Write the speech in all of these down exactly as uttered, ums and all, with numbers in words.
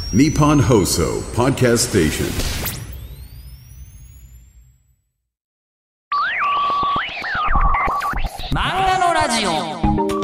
Nippon Hoso Podcast Station。 漫画のラジオ。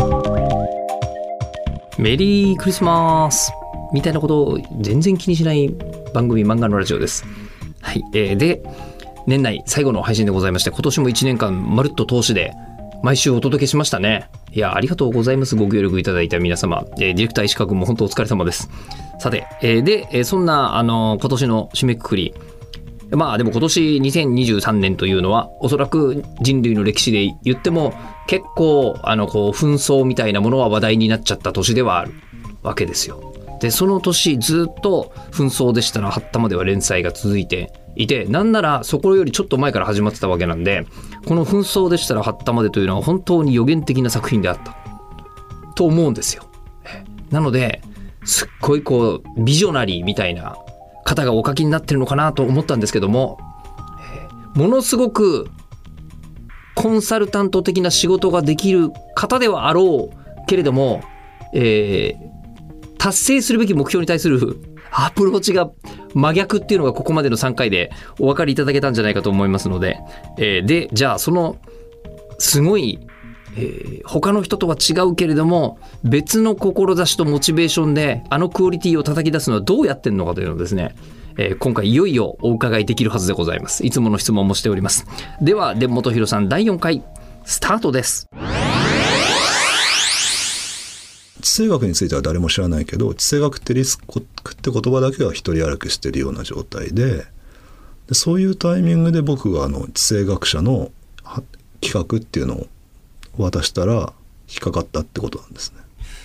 メリークリスマスみたいなことを全然気にしない番組漫画のラジオです。はい、えー、で年内最後の配信でございまして、今年もいちねんかんまるっと通しで毎週お届けしましたね。いやありがとうございます。ご協力いただいた皆様、えー、ディレクター石川君も本当お疲れ様です。さて、えー、で、えー、そんなあのー、今年の締めくくり、まあでも今年にせんにじゅうさんねんというのはおそらく人類の歴史で言っても結構あのこう紛争みたいなものは話題になっちゃった年ではあるわけですよ。でその年ずっと紛争でしたらはったまでは連載が続いていて、なんならそこよりちょっと前から始まってたわけなんで、この紛争でしたらはったまでというのは本当に予言的な作品であったと思うんですよ。なのですっごいこうビジョナリーみたいな方がお書きになってるのかなと思ったんですけども、ものすごくコンサルタント的な仕事ができる方ではあろうけれども、えー、達成するべき目標に対するアプローチが真逆っていうのがここまでのさんかいでお分かりいただけたんじゃないかと思いますので、えー、でじゃあそのすごい、えー、他の人とは違うけれども別の志とモチベーションであのクオリティを叩き出すのはどうやってんのかというのをですね、えー、今回いよいよお伺いできるはずでございます。いつもの質問もしております。では伝本博さんだいよんかいスタートです。 地政学については誰も知らないけど、地政学ってリスクって言葉だけは一人歩きしているような状態 で, でそういうタイミングで僕があの地政学者の企画っていうのを渡したら引っかかったってことなんですね。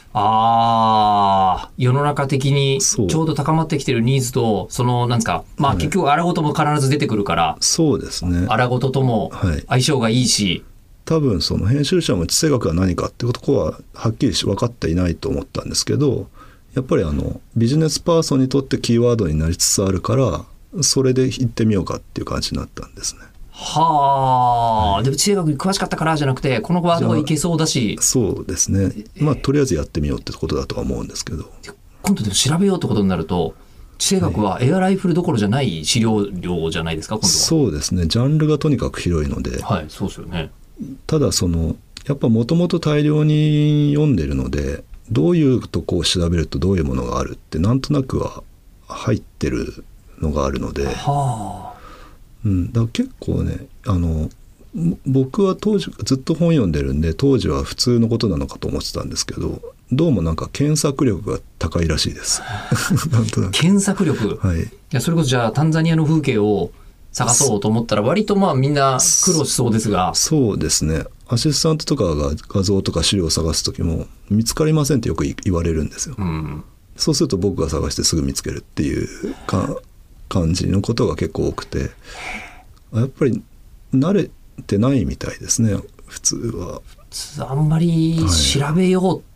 ああ、世の中的にちょうど高まってきてるニーズとそのなんですか、まあ結局荒事も必ず出てくるから、はい、 そうですね、 荒事とも相性がいいし、はい、 多分その編集者も地政学は何かってことははっきり分かっていないと思ったんですけど、やっぱりあのビジネスパーソンにとってキーワードになりつつあるからそれで行ってみようかっていう感じになったんですね。 はあ、はい、でも地政学に詳しかったからじゃなくてこのワードがいけそうだし、 そうですね、まあとりあえずやってみようってことだとは思うんですけど、 今度でも調べようってことになると地政学はエアライフルどころじゃない資料量じゃないですか、今度は。 そうですね、ジャンルがとにかく広いので、 はい、そうですよね。 ただそのやっぱもともと大量に読んでるので、どういうとこを調べるとどういうものがあるってなんとなくは入ってるのがあるので、はあ、うん、だから結構ね、あの僕は当時ずっと本読んでるんで当時は普通のことなのかと思ってたんですけど、どうもなんか検索力が高いらしいですなんとなく検索力、はい、いやそれこそじゃあタンザニアの風景を探そうと思ったら割とまあみんな苦労しそうですが、 そうですね、アシスタントとかが画像とか資料を探すときも見つかりませんってよく言われるんですよ、うん、そうすると僕が探してすぐ見つけるっていうか感じのことが結構多くて、やっぱり慣れてないみたいですね普通は。 普通あんまり調べようって、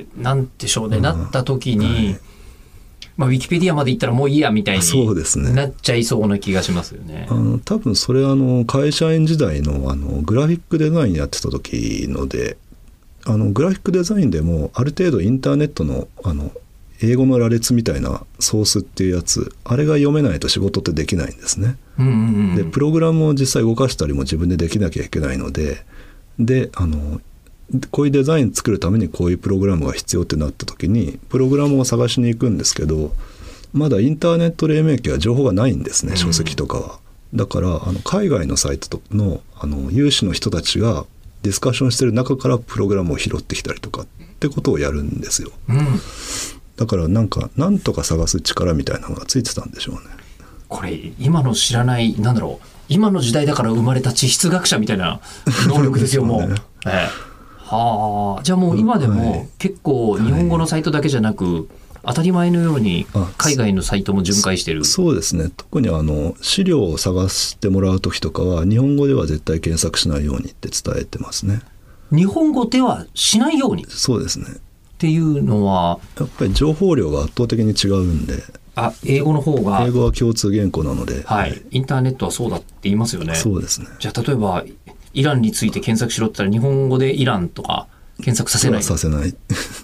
はい、なんでしょうね、うん、なった時に、はい、まあ、ウィキペディアまで行ったらもういいやみたいになっちゃいそうな気がしますよね。 あの多分それはあの会社員時代 の, あのグラフィックデザインやってた時ので、あのグラフィックデザインでもある程度インターネット の, あの英語の羅列みたいなソースっていうやつ、あれが読めないと仕事ってできないんですね、うんうんうん、でプログラムを実際動かしたりも自分でできなきゃいけないので、であのこういうデザイン作るためにこういうプログラムが必要ってなった時にプログラムを探しに行くんですけど、まだインターネット黎明期は情報がないんですね、書籍とかは。だからあの海外のサイトの、あの有志の人たちがディスカッションしてる中からプログラムを拾ってきたりとかってことをやるんですよ、うん、だからなんかなんとか探す力みたいなのがついてたんでしょうね。 これ今の知らない、なんだろう、今の時代だから生まれた地質学者みたいな能力ですよもう、ね、ええ、はあ、じゃあもう今でも結構日本語のサイトだけじゃなく、はい、当たり前のように海外のサイトも巡回してる。 そうですね、特にあの資料を探してもらう時とかは日本語では絶対検索しないようにって伝えてますね。 日本語ではしないように。 そうですね。 っていうのはやっぱり情報量が圧倒的に違うんで、 あ、英語の方が、 英語は共通言語なので、 はい、インターネットはそうだって言いますよね。 そうですね。 じゃあ例えばイランについて検索しろって言ったら日本語でイランとか検索させない。 させない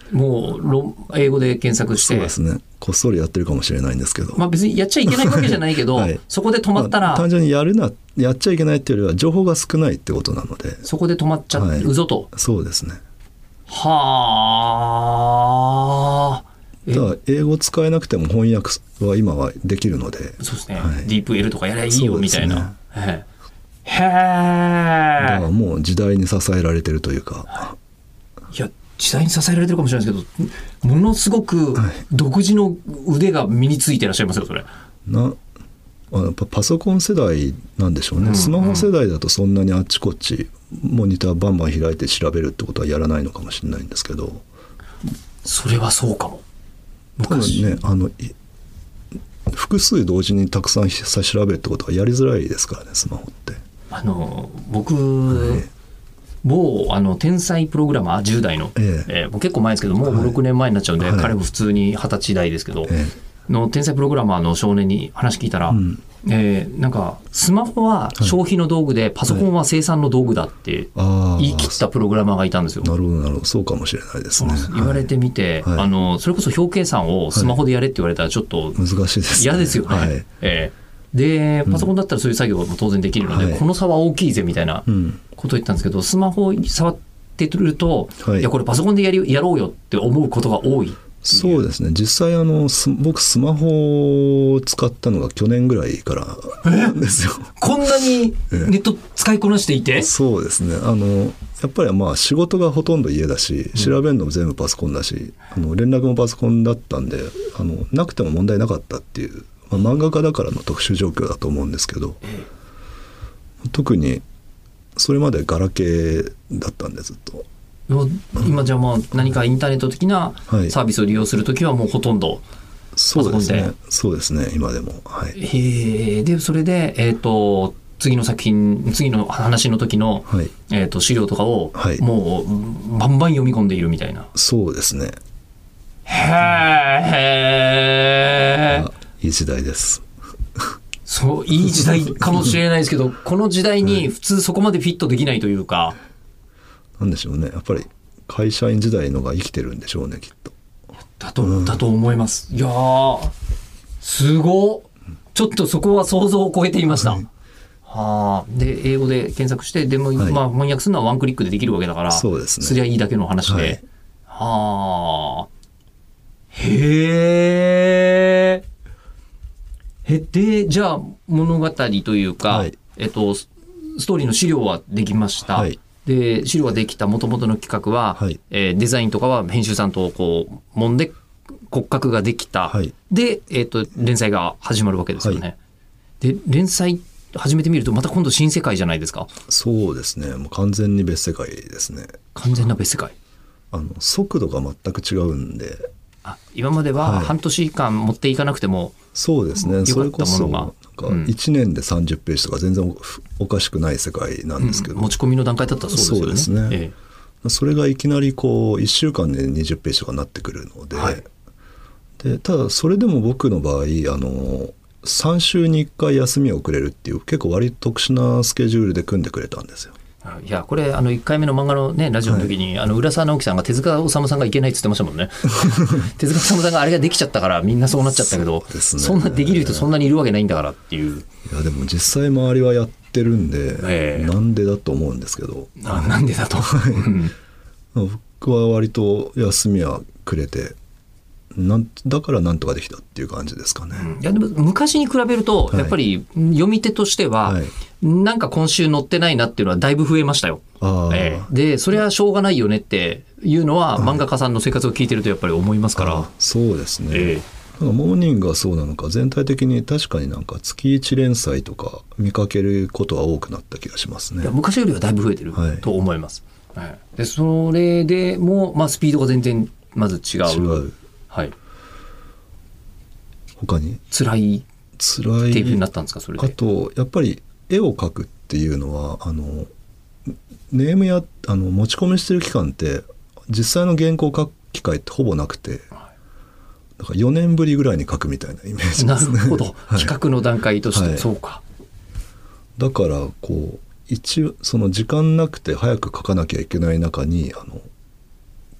もうロ英語で検索して、 そうですね、こっそりやってるかもしれないんですけど、 まあ、別にやっちゃいけないわけじゃないけど、はい、そこで止まったら、 まあ、単純にやるなやっちゃいけないっていうよりは情報が少ないってことなので、 そこで止まっちゃうぞと、 はい、そうですね。 はあ。 だから英語使えなくても翻訳は今はできるので、 そうですね、 はい、 ディープ L とかやりゃいいよみたいな、へえ、だからもう時代に支えられてるというか、 いや時代に支えられてるかもしれないですけど、ものすごく独自の腕が身についていらっしゃいますよそれ。 なあのパソコン世代なんでしょうね、うんうん、スマホ世代だとそんなにあっちこっちモニターバンバン開いて調べるってことはやらないのかもしれないんですけど、 それはそうかも。 多分ね、あの複数同時にたくさんさ調べるってことはやりづらいですからね、スマホって。 あの僕、はい、某あの天才プログラマーじゅう代の、えええー、もう結構前ですけどもうご、ろくねんまえになっちゃうんで、はい、彼も普通にはたち代ですけど、ええ、の天才プログラマーの少年に話聞いたら、うんえー、なんかスマホは消費の道具で、はい、パソコンは生産の道具だって言い切ったプログラマーがいたんですよ。 なるほどなるほど、そうかもしれないですね。 言われてみて、はい、あのそれこそ表計算をスマホでやれって言われたらちょっと難しいですね。 嫌ですよね、はいえー、でパソコンだったらそういう作業も当然できるので、うん、この差は大きいぜみたいなことを言ったんですけど、スマホに触ってると、はい、いやこれパソコンでやりやろうよって思うことが多い。 そうですね、実際あの僕スマホを使ったのが去年ぐらいからなんですよ。 こんなにネット使いこなしていてそうですね、あのやっぱりまあ仕事がほとんど家だし、調べるのも全部パソコンだし、うん、あの連絡もパソコンだったんで、あのなくても問題なかったっていう、まあ、漫画家だからの特殊状況だと思うんですけど、特にそれまでガラケーだったんでずっと。 今じゃあもう何かインターネット的なサービスを利用するときはもうほとんどパソコンで、 そうですね、そうですね今でも、はい、 へでそれで、えーと、次の作品次の話の時の、はいえーと、資料とかを、はい、もうバンバン読み込んでいるみたいな。 そうですね。 へーいい時代ですそういい時代かもしれないですけどこの時代に普通そこまでフィットできないというか、 なんでしょうね、やっぱり会社員時代のが生きてるんでしょうねきっと。 だと、うん、だと思います。いやーすごっ、ちょっとそこは想像を超えていました、はい、はあ、で英語で検索してでも、はいまあ、翻訳するのはワンクリックでできるわけだから、 そうですね、 すりゃいいだけの話で、はい、はあへえでじゃあ物語というか、はいえっと、ストーリーの資料はできました、はいで資料ができた元々の企画は、はいえー、デザインとかは編集さんとこう揉んで骨格ができた、はい、で、えーと、連載が始まるわけですよね、はい、で連載始めてみるとまた今度新世界じゃないですか。 そうですね、もう完全に別世界ですね。 完全な別世界、 あの速度が全く違うんで、 あ今までは半年間持っていかなくても、はい、 そうですね、それこそなんかいちねんでさんじゅっページとか全然 お, おかしくない世界なんですけど、 うん、持ち込みの段階だったらそうですよね。そうですね、ええ、それがいきなりこういっしゅうかんでにじゅっページとかになってくるので、はい、でただそれでも僕の場合あのさん週にいっかい休みをくれるっていう結構割と特殊なスケジュールで組んでくれたんですよ。 いやこれあのいっかいめの漫画の、ね、ラジオの時に、はい、あの浦沢直樹さんが手塚治虫さんがいけないって言ってましたもんね手塚治虫さんがあれができちゃったからみんなそうなっちゃったけど そ,、ね、そんなできる人そんなにいるわけないんだからっていう。 いやでも実際周りはやってるんで、えー、なんでだと思うんですけど。 あなんでだと僕は割と休みはくれてなんだからなんとかできたっていう感じですかね、うん、いやでも昔に比べるとやっぱり読み手としては、はい、なんか今週載ってないなっていうのはだいぶ増えましたよ。あ、えー、でそれはしょうがないよねっていうのは漫画家さんの生活を聞いてるとやっぱり思いますから。 あそうですね、えー、なんかモーニングがそうなのか全体的に確かになんか月いち連載とか見かけることは多くなった気がしますね。 いや昔よりはだいぶ増えてると思います、はいはい、でそれでも、まあ、スピードが全然まず違う。違う、はい、 他に辛い辛いテープになったんですか。それであとやっぱり絵を描くっていうのはあのネームやあの持ち込みしてる期間って実際の原稿を書く機会ってほぼなくて、だからよねんぶりぐらいに書くみたいなイメージですね。 なるほど、はい、企画の段階として、はい、そうか。 だからこう一その時間なくて早く書かなきゃいけない中にあの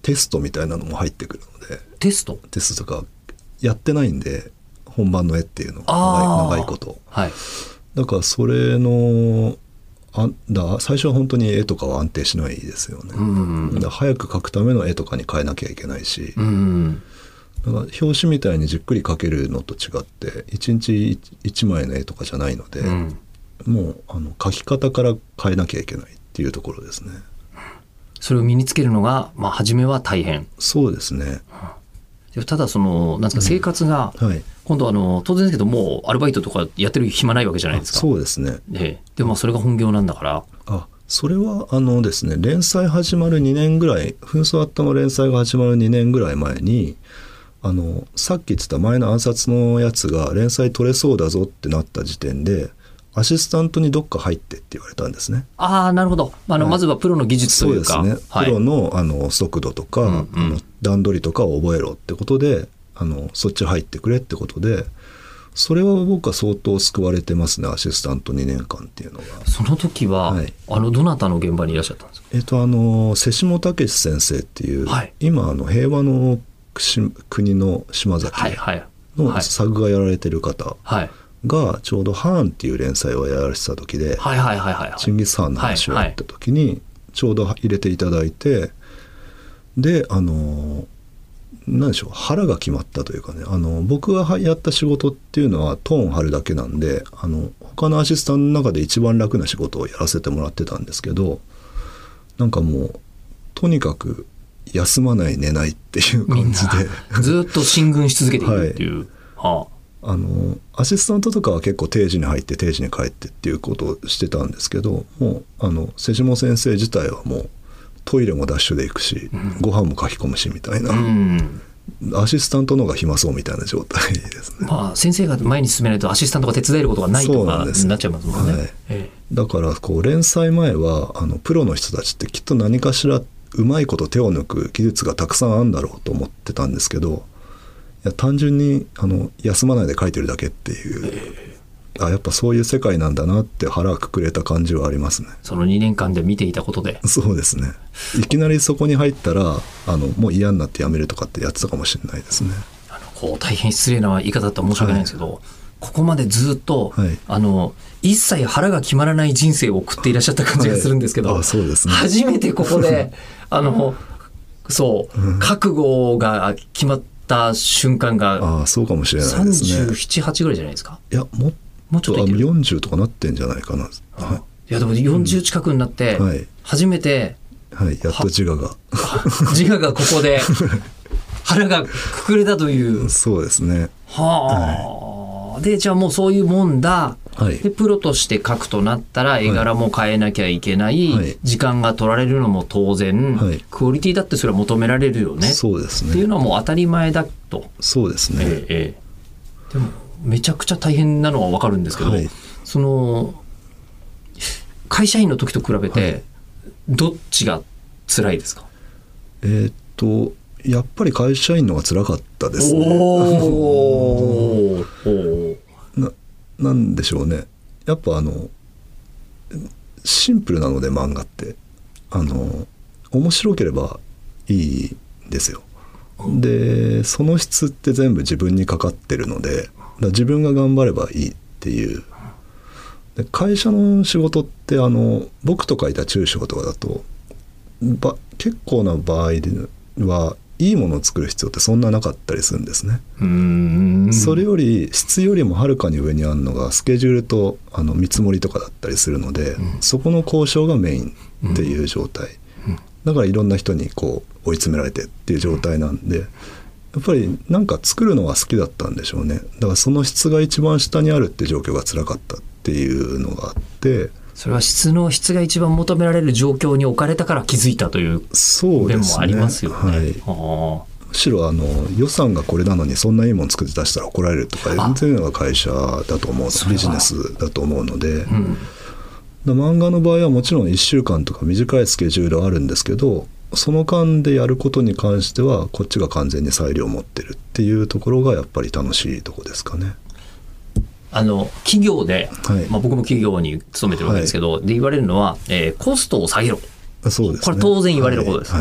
テストみたいなのも入ってくるので、 テストテストとかやってないんで本番の絵っていうのが長い、長いこと、 はい、 だからそれのあだ最初は本当に絵とかは安定しないですよね、うんうん、だから早く描くための絵とかに変えなきゃいけないし、うんうん、だから表紙みたいにじっくり描けるのと違っていちにちいちまいの絵とかじゃないので、うん、もうあの描き方から変えなきゃいけないっていうところですね。 それを身につけるのが、まあ、初めは大変。 そうですね。 ただそのなんですか、生活が、うんはい、今度あの当然ですけどもうアルバイトとかやってる暇ないわけじゃないですか。 そうですね、 ええ、でもそれが本業なんだから。 あそれはあのですね連載始まるにねんぐらい紛争あったの連載が始まるにねんぐらい前にあのさっき言ってた前の暗殺のやつが連載取れそうだぞってなった時点でアシスタントにどっか入ってって言われたんですね。 ああなるほど、あの、はい、まずはプロの技術というかそうですね、はい、プロの、あの速度とか、うんうん、あの段取りとかを覚えろってことであのそっち入ってくれってことで、それは僕は相当救われてますね、アシスタントにねんかんっていうのが。 その時は、はい、あのどなたの現場にいらっしゃったんですか。 えっとあの瀬下武先生っていう、はい、今あの平和の国の島崎の作画やられてる方がちょうどハーンっていう連載をやられてた時で、チンギス・ハーンの話をやった時にちょうど入れていただいて、であの何でしょう、腹が決まったというかね、あの僕がやった仕事っていうのはトーン張るだけなんで、あの他のアシスタントの中で一番楽な仕事をやらせてもらってたんですけど、なんかもうとにかく休まない寝ないっていう感じでずっと進軍し続けているっていう、はいはあ、あのアシスタントとかは結構定時に入って定時に帰ってっていうことをしてたんですけど、もうあの瀬下先生自体はもうトイレもダッシュで行くし、うん、ご飯も書き込むしみたいな、うん、アシスタントの方が暇そうみたいな状態ですね。 まあ、先生が前に進めないとアシスタントが手伝えることがないとかになっちゃいますもんね。はいええ、だからこう連載前はあのプロの人たちってきっと何かしらうまいこと手を抜く技術がたくさんあるんだろうと思ってたんですけど、いや単純にあの休まないで書いてるだけっていう、えー、あやっぱそういう世界なんだなって腹くくれた感じはありますね。 そのにねんかんで見ていたことで。 そうですね。いきなりそこに入ったらあのもう嫌になってやめるとかってやってたかもしれないですね。 あのこう大変失礼な言い方だったら申し訳ないんですけど、はい、ここまでずっと、はい、あの一切腹が決まらない人生を送っていらっしゃった感じがするんですけど、はい、あそうですね、初めてここであのそう、うん、覚悟が決まった瞬間があそうかもしれないですね。 さんじゅうなな、はちぐらいじゃないですか。 いやももうちょっとよんじゅうとかなってんじゃないかな。はい、 いやでもよんじゅう近くになって初めて、 はいはい、やっと自我が自我がここで腹がくくれたというそうですね。 はあ、はい、でじゃあもうそういうもんだ、はい、でプロとして書くとなったら絵柄も変えなきゃいけない、はい、時間が取られるのも当然、はい、クオリティだってそれは求められるよね、 そうですね、 っていうのはもう当たり前だと。 そうですね、ええ、 でもめちゃくちゃ大変なのは分かるんですけど、はい、その会社員の時と比べてどっちが辛いですか。 えー、っとやっぱり会社員の方が辛かったですね。 おな, なんでしょうね、やっぱあのシンプルなので漫画ってあの面白ければいいんですよ。でその質って全部自分にかかってるので、だ自分が頑張ればいいっていう。で会社の仕事ってあの僕とかいた中小とかだとば結構な場合はいいものを作る必要ってそんななかったりするんですね。うーんそれより質よりもはるかに上にあるのがスケジュールとあの見積もりとかだったりするので、うん、そこの交渉がメインっていう状態、うんうん、だからいろんな人にこう追い詰められてっていう状態なんで、やっぱりなんか作るのは好きだったんでしょうね。だからその質が一番下にあるって状況が辛かったっていうのがあって、 それは質の質が一番求められる状況に置かれたから気づいたという面もありますよね。そうですね、はい、 むしろあの予算がこれなのにそんないいもの作って出したら怒られるとか全然のが会社だと思うビジネスだと思うので、うん、漫画の場合はもちろんいっしゅうかんとか短いスケジュールはあるんですけど、その間でやることに関してはこっちが完全に裁量を持ってるっていうところがやっぱり楽しいところですかね。 あの企業で、はいまあ、僕も企業に勤めてるわけですけど、はい、で言われるのは、えー、コストを下げろ。 そうですね、 これ当然言われることです、 はいはい、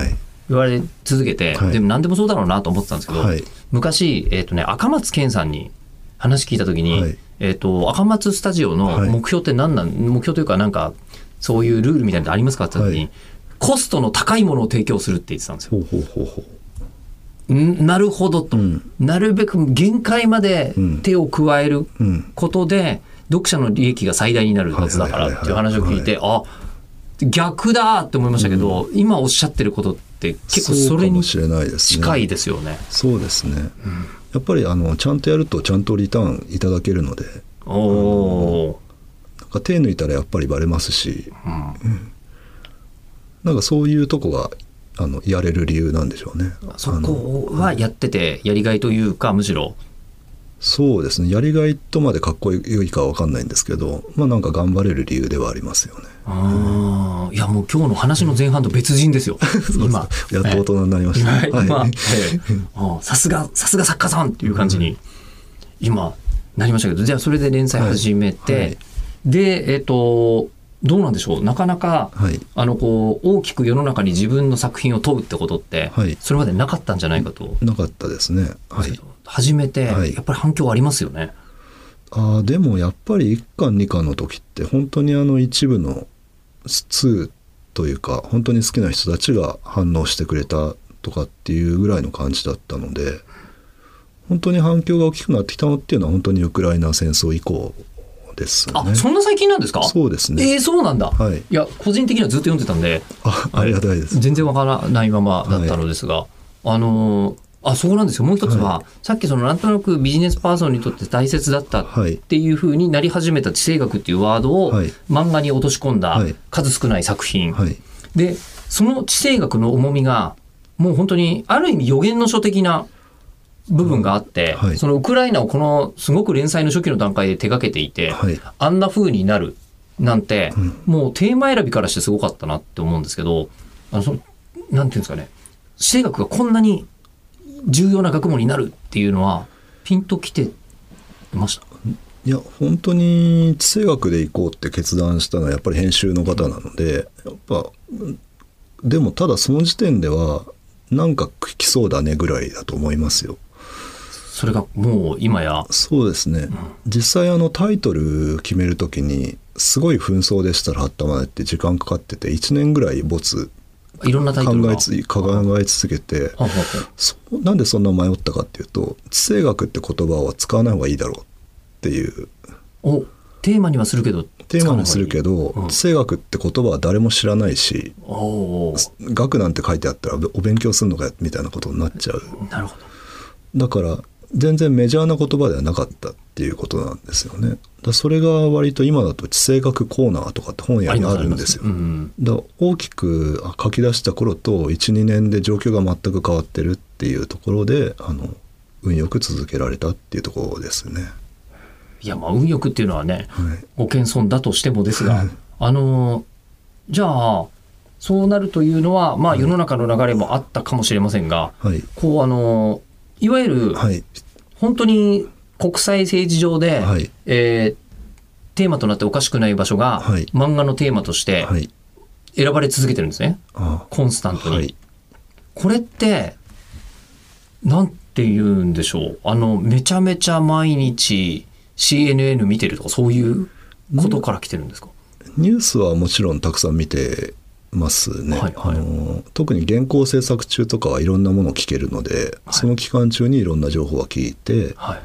言われ続けて、 はい、 でも何でもそうだろうなと思ってたんですけど、 はい、 昔、えーとね、赤松健さんに話聞いた時に、はい、えーと、赤松スタジオの目標って何なん、はい、目標というかなんかそういうルールみたいなのありますかって言った時に、はい、コストの高いものを提供するって言ってたんですよ。 ほうほうほうほう。なるほどと、うん、なるべく限界まで手を加えることで、うん、読者の利益が最大になるはずだからっていう話を聞いて、あ、逆だって思いましたけど、うん、今おっしゃってることって結構それに近いですよね。 そうですね、うん、やっぱりあのちゃんとやるとちゃんとリターンいただけるので、おなんか手抜いたらやっぱりバレますし、うんうん、なんかそういうとこがあのやれる理由なんでしょうね。 そこはやっててやりがいというか、むしろそうですね、やりがいとまでかっこいいかは分かんないんですけど、まあなんか頑張れる理由ではありますよね。 あ、うん、いやもう今日の話の前半と別人ですよ今やっと大人になりました、 えーはい、今さすがさすが作家さんっていう感じに今なりましたけど、じゃあそれで連載始めて、はいはい、でえっ、ー、とどうなんでしょう、なかなか、はい、あのこう大きく世の中に自分の作品を問うってことって、はい、それまでなかったんじゃないかと。 なかったですね、はい、 初めてやっぱり反響ありますよね。 はい、あでもやっぱりいっかんにかんの時って本当にあの一部の通というか本当に好きな人たちが反応してくれたとかっていうぐらいの感じだったので、本当に反響が大きくなってきたのっていうのは本当にウクライナ戦争以降ですね。 あ、そんな最近なんですか？ そうですね。 えー、そうなんだ、はい、いや個人的にはずっと読んでたんであ, ありがたいです。 全然わからないままだったのですが、はい、あのあそうなんですよ。もう一つは、はい、さっきそのなんとなくビジネスパーソンにとって大切だったっていう風になり始めた地政学っていうワードを漫画に落とし込んだ数少ない作品、はいはい、でその地政学の重みがもう本当にある意味予言の書的な部分があって、はい、そのウクライナをこのすごく連載の初期の段階で手掛けていて、はい、あんな風になるなんて、うん、もうテーマ選びからしてすごかったなって思うんですけど、あのそのなんていうんですかね、地政学がこんなに重要な学問になるっていうのはピンときてました？ いや本当に地政学で行こうって決断したのはやっぱり編集の方なので、やっぱでもただその時点ではなんか来そうだねぐらいだと思いますよ。 それがもう今やそうですね、うん、実際あのタイトル決めるときにすごい紛争でしたらはったまでって時間かかってていちねんぐらい没いろんなタイトルが考えつ考え続けて、はははそなんでそんな迷ったかっていうと、地政学って言葉は使わない方がいいだろうっていう。 おテーマにはするけどテーマにするけど、うん、地政学って言葉は誰も知らないし、お学なんて書いてあったらお勉強するのかみたいなことになっちゃう。 なるほど。だから全然メジャーな言葉ではなかったっていうことなんですよね。だそれが割と今だと地政学コーナーとかって本屋にあるんですよ。うん、だ大きく書き出した頃と いちにねんで状況が全く変わってるっていうところで、あの運よく続けられたっていうところですね。 いやまあ運よくっていうのはね、はい、ご謙遜だとしてもですが、あのじゃあそうなるというのは、まあ、世の中の流れもあったかもしれませんが、はい、こうあのいわゆる、はい、本当に国際政治上で、はいえー、テーマとなっておかしくない場所が、はい、漫画のテーマとして選ばれ続けてるんですね、はい、コンスタントに、はい、これってなんて言うんでしょう、あのめちゃめちゃ毎日 シーエヌエヌ 見てるとかそういうことから来てるんですか？ ニュースはもちろんたくさん見てますね、はいはい、あの特に原稿制作中とかはいろんなものを聞けるので、はい、その期間中にいろんな情報は聞いて、はい、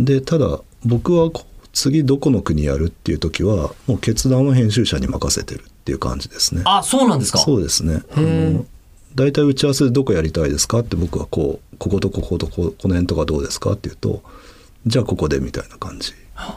でただ僕は次どこの国やるっていう時はもう決断を編集者に任せてるっていう感じですね。 あ、そうなんですか？ そうですね。あのだいたい打ち合わせでどこやりたいですかって僕はこうこことこことここの辺とかどうですかっていうと、じゃあここでみたいな感じ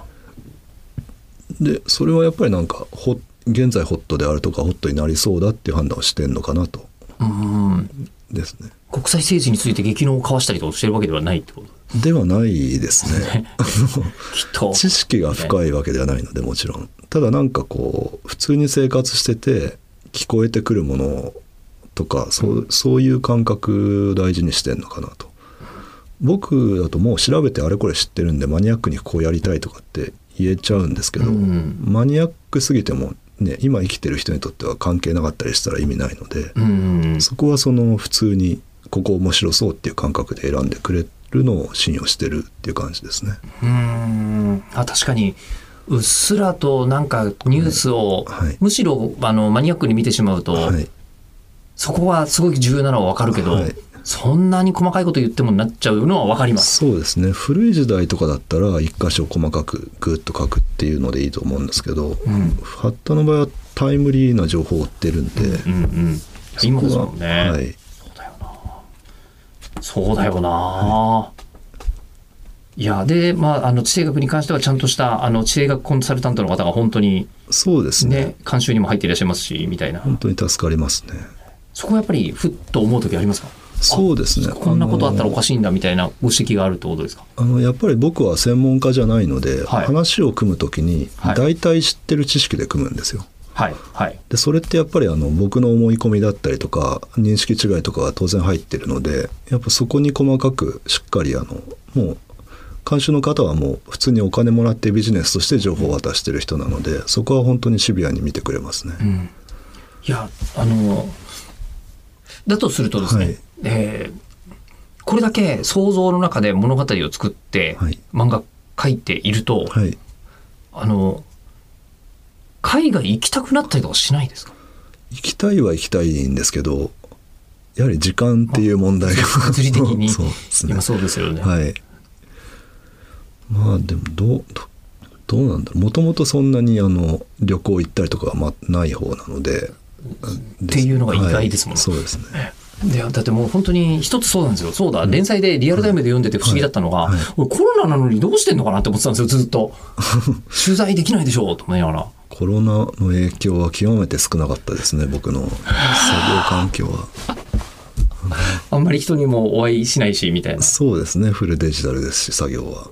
で、それはやっぱりなんかほ現在ホットであるとかホットになりそうだっていう判断をしてんのかなと。うんですね。 国際政治について激論を交わしたりとかしてるわけではないってことではないですねきっと知識が深いわけではないので、もちろんただなんかこう普通に生活してて聞こえてくるものとかそう、そういう感覚大事にしてんのかなと。僕だともう調べてあれこれ知ってるんでマニアックにこうやりたいとかって言えちゃうんですけど、うん、マニアックすぎてもね、今生きてる人にとっては関係なかったりしたら意味ないので、 うんそこはその普通にここ面白そうっていう感覚で選んでくれるのを信用してるっていう感じですね。 うーんあ確かにうっすらとなんかニュースを、 はいはい、 むしろあのマニアックに見てしまうと、はい、そこはすごい重要なのは分かるけど、はい、そんなに細かいこと言ってもなっちゃうのは分かります。 そうですね。古い時代とかだったら一箇所細かくグッと書くっていうのでいいと思うんですけど、うん、ハッタの場合はタイムリーな情報を追ってるんで、うんうん、 今ですもんね、はい、そうだよなそうだよな、はい、いやで、まあ、あの地政学に関してはちゃんとしたあの地政学コンサルタントの方が本当に、 そうですね、 監修にも入っていらっしゃいますしみたいな、 本当に助かりますね。 そこはやっぱりふっと思う時ありますか？ そうですね。 こんなことあったらおかしいんだみたいなご指摘があるってことですか？ あのやっぱり僕は専門家じゃないので、はい、話を組むときに大体知ってる知識で組むんですよ。 はいはい、でそれってやっぱりあの僕の思い込みだったりとか認識違いとかが当然入ってるので、やっぱそこに細かくしっかりあのもう監修の方はもう普通にお金もらってビジネスとして情報を渡してる人なので、そこは本当にシビアに見てくれますね。うん、 いやあのだとするとですね、はい、えー、これだけ想像の中で物語を作って、はい、漫画描いていると、はい、あの海外行きたくなったりとかしないですか？ 行きたいは行きたいんですけど、やはり時間っていう問題が物理的にそうですね、 今そうですよね。 はい、まあでもどうどうなんだろう、もともとそんなにあの旅行行ったりとかはまない方なのでっていうのが意外ですもんね。 はい、そうですね。 でだってもう本当に一つそうなんですよ。そうだ、うん、連載でリアルタイムで読んでて不思議だったのが、はいはい、俺コロナなのにどうしてんのかなって思ってたんですよ、ずっと取材できないでしょうと思いながら。 コロナの影響は極めて少なかったですね、僕の作業環境はあんまり人にもお会いしないしみたいな。 そうですね、フルデジタルですし作業は。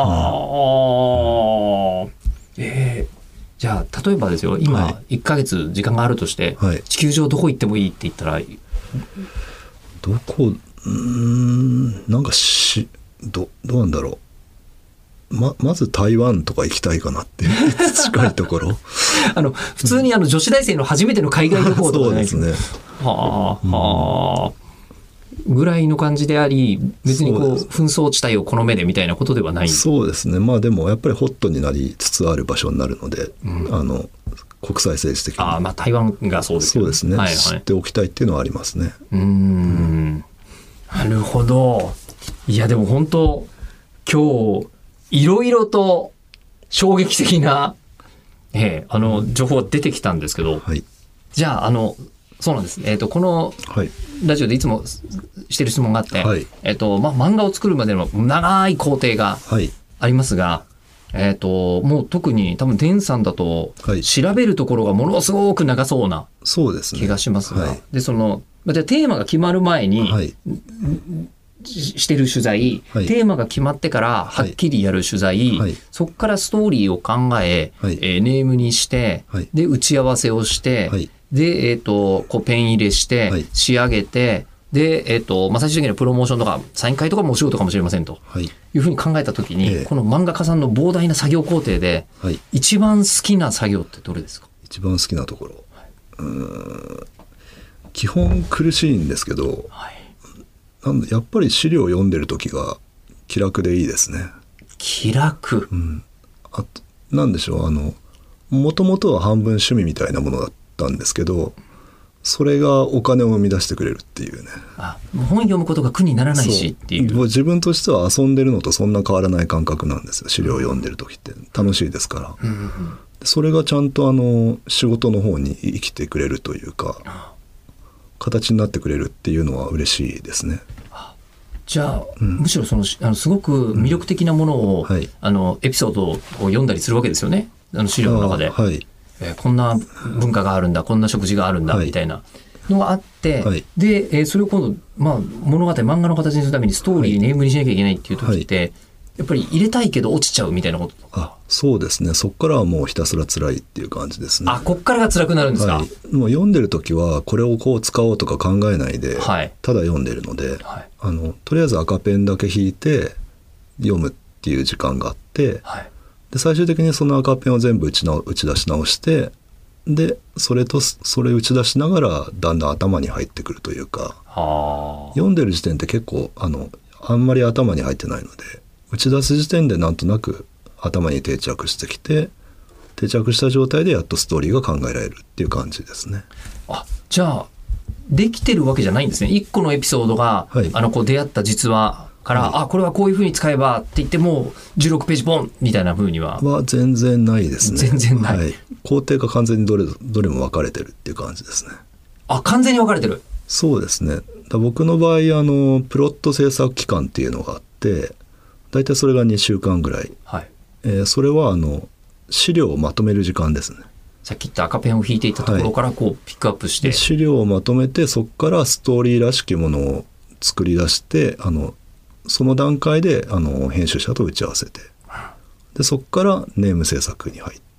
はあ、うん、えーじゃあ例えばですよ、今いっかげつ時間があるとして、はい、地球上どこ行ってもいいって言ったらどこ、うーんなんかし ど, どうなんだろう、 ま, まず台湾とか行きたいかなっていう近いところあの普通にあの女子大生の初めての海外旅行とかじゃないですね。そうですね。はあ、はあ、ぐらいの感じであり、別にこう紛争地帯をこの目でみたいなことではない。 そうですね。まあでもやっぱりホットになりつつある場所になるので、うん、あの国際政治的にあ、まあ、台湾がそうですよね。 そうですね、はいはい、知っておきたいっていうのはありますね。 うーん、うん、なるほど。いやでも本当今日いろいろと衝撃的な、えー、あの情報が出てきたんですけど、はい、じゃああのそうなんです、えー、とこのラジオでいつもしてる質問があって、はい、えーとまあ、漫画を作るまでの長い工程がありますが、はい、えー、ともう特に多分デンさんだと調べるところがものすごく長そうな気がしますが、で、ね、そのじゃあテーマが決まる前に、はい、してる取材、はい、テーマが決まってからはっきりやる取材、はい、そこからストーリーを考え、はい、えー、ネームにして、はい、で打ち合わせをして、はい、で、えー、とこうペン入れして仕上げて、はい、で、えーとまあ、最終的にはプロモーションとかサイン会とかもお仕事かもしれませんと、はい、いうふうに考えたときに、えー、この漫画家さんの膨大な作業工程で、はい、一番好きな作業ってどれですか？ 一番好きなところ、はい、うーん基本苦しいんですけど、はい、なんでやっぱり資料を読んでる時が気楽でいいですね。 気楽、 うん、あとなんでしょう、あのもともとは半分趣味みたいなものだったんですけど、それがお金を生み出してくれるっていうね。あ、 本読むことが苦にならないしっていう。 自分としては遊んでるのとそんな変わらない感覚なんですよ。資料を読んでる時って楽しいですから、うんうんうん、それがちゃんとあの仕事の方に生きてくれるというか、形になってくれるっていうのは嬉しいですね。 じゃあ、うん、むしろそのあのすごく魅力的なものを、うん、はい、あのエピソードを読んだりするわけですよね、あの資料の中で、はい、えー、こんな文化があるんだ、こんな食事があるんだ、はい、みたいなのがあって、はい、で、えー、それを今度、まあ、物語漫画の形にするためにストーリー、はい、ネームにしなきゃいけないっていう時って、はい、やっぱり入れたいけど落ちちゃうみたいなこととか。 あ、そうですね。そこからはもうひたすら辛いっていう感じですね。 あ、こっからが辛くなるんですか？ はい、もう読んでる時はこれをこう使おうとか考えないで、はい、ただ読んでるので、はい、あのとりあえず赤ペンだけ引いて読むっていう時間があって、はい、で最終的にその赤ペンを全部打ち直、打ち出し直してでそれとそれ打ち出しながらだんだん頭に入ってくるというか、 はあ、 読んでる時点って結構あのあんまり頭に入ってないので、打ち出す時点でなんとなく頭に定着してきて、定着した状態でやっとストーリーが考えられるっていう感じですね。 あ、じゃあできてるわけじゃないんですね。いっこのエピソードが、はい、あのこう出会った実話から、はい、あこれはこういう風に使えばって言ってもじゅうろくページポンみたいな風にはは全然ないですね。 全然ない、はい、 工程が完全にどれどれも分かれてるっていう感じですね。 あ、完全に分かれてる。 そうですね。だ僕の場合あのプロット制作期間っていうのがあって、だいたいそれがにしゅうかんぐらい、はい、えー、それはあの資料をまとめる時間ですね。 さっき言った赤ペンを引いていたところからこうピックアップして、 はい、資料をまとめてそこからストーリーらしきものを作り出して、あのその段階であの編集者と打ち合わせて、でそこからネーム制作に入って、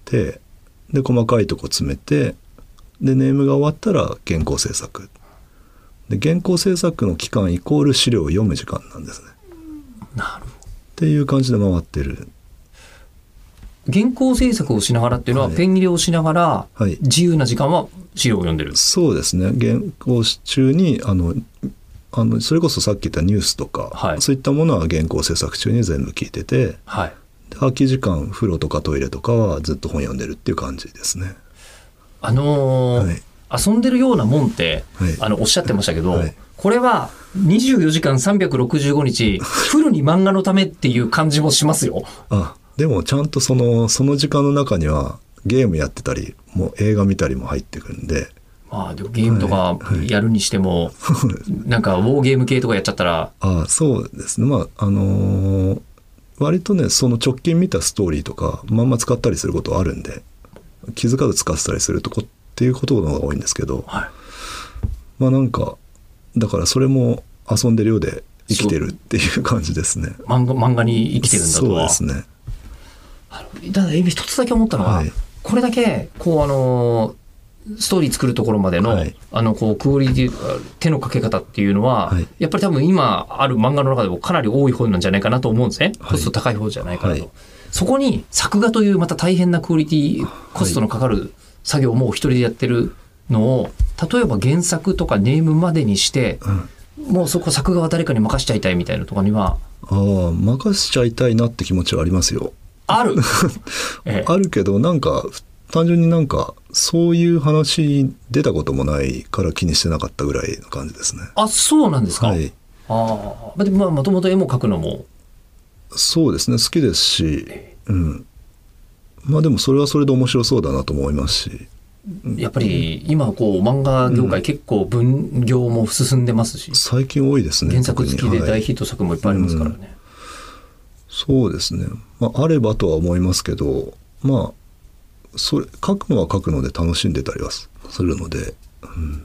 で細かいとこ詰めて、でネームが終わったら原稿制作で、原稿制作の期間イコール資料を読む時間なんですね。 なるほど。 っていう感じで回ってる。 原稿制作をしながらっていうのは、はい、ペン入れをしながら、はい、自由な時間は資料を読んでる。そうですね。原稿中にあのあのそれこそさっき言ったニュースとか、はい、そういったものは原稿制作中に全部聞いてて、はい、空き時間風呂とかトイレとかはずっと本読んでるっていう感じですね。 あのーはい、遊んでるようなもんって、はい、あのおっしゃってましたけど、はい、これはにじゅうよじかんさんびゃくろくじゅうごにちフルに漫画のためっていう感じもしますよ。 あ、でもちゃんとそのその時間の中にはゲームやってたりもう映画見たりも入ってくるんで、 まあ、でもゲームとかやるにしても、はいはい、なんかウォーゲーム系とかやっちゃったら、 ああ、そうですね。まああのー、割とねその直近見たストーリーとかまんま使ったりすることはあるんで、気づかず使ってたりするとこっていうことの方が多いんですけど、はい、まあなんかだからそれも遊んでるようで生きてるっていう感じですね。 漫画、漫画に生きてるんだとは。 そうですね。 ただ一つだけ思ったのは、はい、これだけこうあのストーリー作るところまでの、はい、あのこうクオリティ手のかけ方っていうのは、はい、やっぱり多分今ある漫画の中でもかなり多い方なんじゃないかなと思うんですね。コスト高い方じゃないかなと、はい、そこに作画というまた大変なクオリティコストのかかる作業も一人でやってるのを、例えば原作とかネームまでにして、うん、もうそこ作画は誰かに任しちゃいたいみたいなところには、 ああ、任しちゃいたいなって気持ちはありますよ。 ある、 ええ、あるけどなんか単純になんかそういう話出たこともないから気にしてなかったぐらいの感じですね。 あ、そうなんですか。 はい、 ああ、でももともと絵も描くのもそうですね、好きですし、うん、まあでもそれはそれで面白そうだなと思いますし、 やっぱり今こう漫画業界結構分業も進んでますし、うん、 最近多いですね。 原作付きで大ヒット作もいっぱいありますからね、はい、うん、 そうですね、まあ、あればとは思いますけど、まあそれ書くのは書くので楽しんでたりはするので、うん、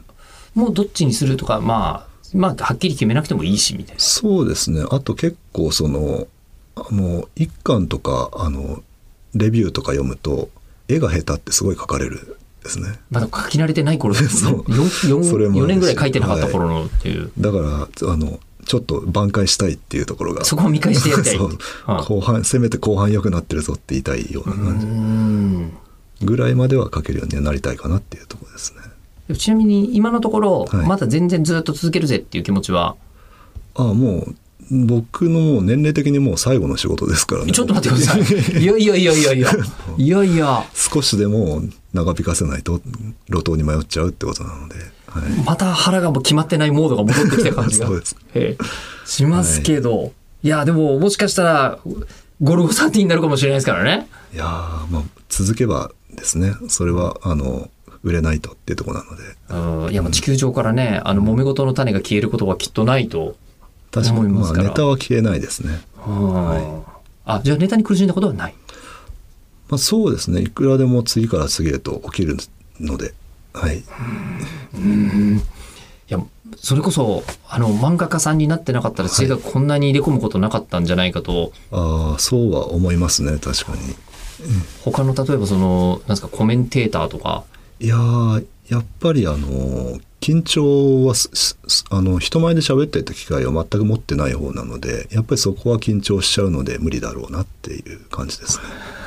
もうどっちにするとか、まあ、まあはっきり決めなくてもいいしみたいな。 そうですね。あと結構そのあの一巻とかあのレビューとか読むと絵が下手ってすごい書かれるですね。 まだ書き慣れてない頃ですね。よんねんぐらい書いてなかった頃のっていう、はい、 だからあのちょっと挽回したいっていうところが、 そこを見返してやりたいそう、はあ、後半せめて後半良くなってるぞって言いたいような感じ、うーんぐらいまでは書けるようになりたいかなっていうところですね。 ちなみに今のところ、はい、まだ全然ずっと続けるぜっていう気持ちは。 ああ、もう僕のもう年齢的にもう最後の仕事ですからね。 ちょっと待ってください。いやいやいやいやいやいやいや少しでも長引かせないと路頭に迷っちゃうってことなので、はい、 また腹がもう決まってないモードが戻ってきた感じがそうです、 ええ、しますけど、はい、いやでももしかしたらゴルゴさんティーになるかもしれないですからね。 いや、まあ、続けばですね、それはあの売れないとっていうところなので、 うん、いやもう地球上からね、あの揉め事の種が消えることはきっとないと確かに、まあ、ネタは消えないですね、 はい、あ、じゃあネタに苦しんだことはない。 まあ、そうですね、いくらでも次から次へと起きるので、はい、 うん、いやそれこそあの漫画家さんになってなかったら次がこんなに入れ込むことなかったんじゃないかと、 はい、ああ、そうは思いますね。確かに、うん、 他の例えばそのなんですかコメンテーターとか、 いややっぱりあの緊張はあの人前で喋っていた機会は全く持ってない方なので、やっぱりそこは緊張しちゃうので無理だろうなっていう感じですね。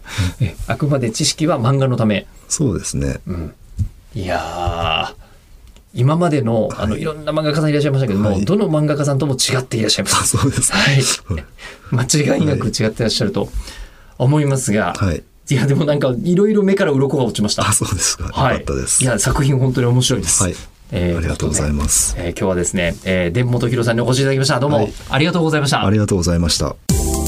えあくまで知識は漫画のため。 そうですね、 うん、いやー今までの、はい、あのいろんな漫画家さんいらっしゃいましたけども、はい、どの漫画家さんとも違っていらっしゃいます。 そうです、 はい、間違いなく違ってらっしゃると思いますが、はい、いやでもなんかいろいろ目から鱗が落ちました。 あ、そうですか、 はい、 よかったです。 いや作品本当に面白いです。 はい、えー、ありがとうございます。 えー、今日はですね、えー、伝本博さんにお越しいただきました。どうも、はい、ありがとうございました。 ありがとうございました。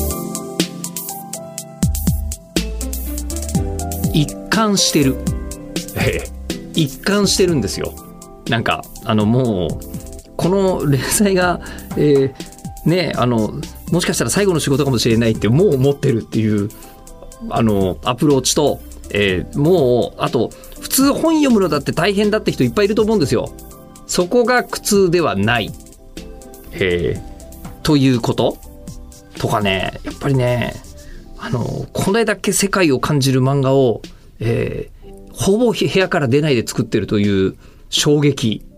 一貫してる、えー、一貫してるんですよ。なんかあのもうこの連載が、えー、ねあのもしかしたら最後の仕事かもしれないってもう思ってるっていうあのアプローチと、えー、もうあと普通本読むのだって大変だって人いっぱいいると思うんですよ。そこが苦痛ではない、えー、ということとかね、やっぱりねあのこれだけ世界を感じる漫画を、えー、ほぼ部屋から出ないで作ってるという衝撃。い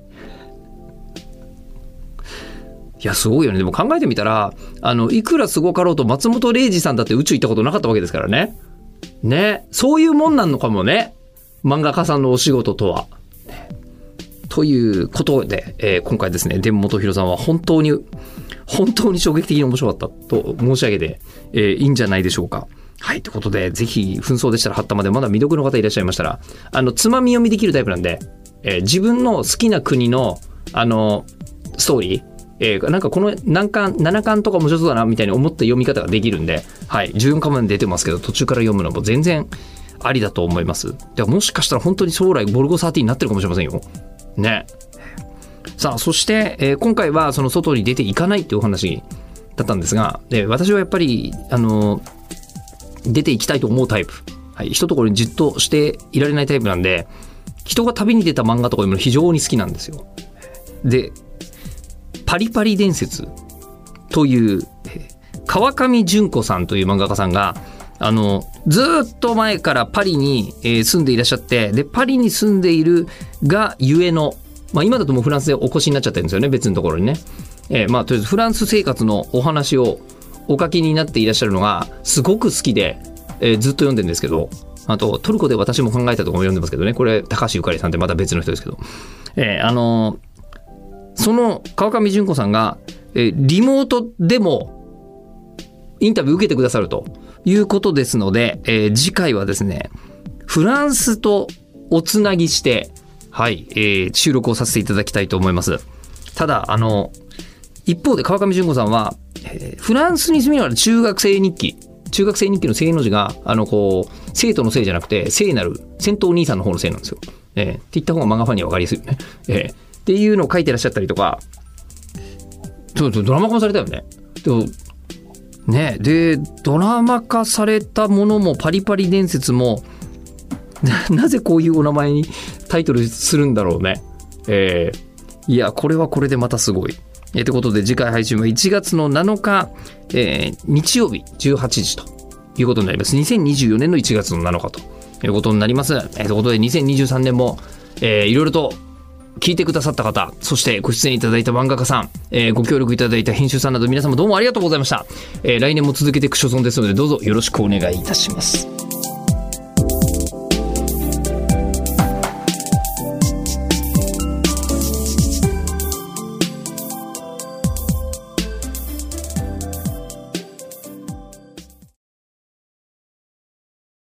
やすごいよね。でも考えてみたらあのいくらすごかろうと松本零士さんだって宇宙行ったことなかったわけですからね。ね、そういうもんなんのかもね、漫画家さんのお仕事とは、ね、ということで、えー、今回ですね伝本博さんは本当に本当に衝撃的に面白かったと申し上げて、えー、いいんじゃないでしょうか。はい、ということでぜひ紛争でしたらはったまでまだ未読の方いらっしゃいましたらあのつまみ読みできるタイプなんで、えー、自分の好きな国のあのストーリー、えー、なんかこの何巻ななかんとか面白そうだなみたいに思った読み方ができるんで、はい、じゅうよんかんまで出てますけど途中から読むのも全然ありだと思います。でもしかしたら本当に将来ボルゴじゅうさんになってるかもしれませんよね。さあそして、えー、今回はその外に出ていかないっていうお話だったんですが、で私はやっぱりあの出ていきたいと思うタイプ、はい、一ところにじっとしていられないタイプなんで、人が旅に出た漫画とか読むの非常に好きなんですよ。でパリパリ伝説という川上純子さんという漫画家さんがあのずっと前からパリに住んでいらっしゃって、でパリに住んでいるがゆえの、まあ、今だともうフランスでお越しになっちゃってるんですよね、別のところにね。えー、まあとりあえずフランス生活のお話をお書きになっていらっしゃるのがすごく好きで、えー、ずっと読んでるんですけど、あとトルコで私も考えたところも読んでますけどね、これ高橋ゆかりさんってまた別の人ですけど、えー、あのーその川上純子さんが、えー、リモートでもインタビュー受けてくださるということですので、えー、次回はですねフランスとおつなぎして、はいえー、収録をさせていただきたいと思います。ただあの一方で川上純子さんは、えー、フランスに住みながら中学生日記中学生日記の生の字があのこう生徒の生じゃなくて聖なる戦闘兄さんの方の生なんですよ、えー、って言った方が漫画ファンには分かりやすいよね、えーっていうのを書いてらっしゃったりとか、ちょっとドラマ化されたよね。でもね、でドラマ化されたものもパリパリ伝説も な, なぜこういうお名前にタイトルするんだろうね。えー、いやこれはこれでまたすごい。えー、ということで次回配信はいちがつのなのか、えー、日曜日じゅうはちじということになります。にせんにじゅうよねんのいちがつのなのかということになります。えー、ということでにせんにじゅうさんねんも、えー、いろいろと聞いてくださった方、そしてご出演いただいた漫画家さん、えー、ご協力いただいた編集さんなど皆様どうもありがとうございました。えー、来年も続けていく所存ですのでどうぞよろしくお願いいたします。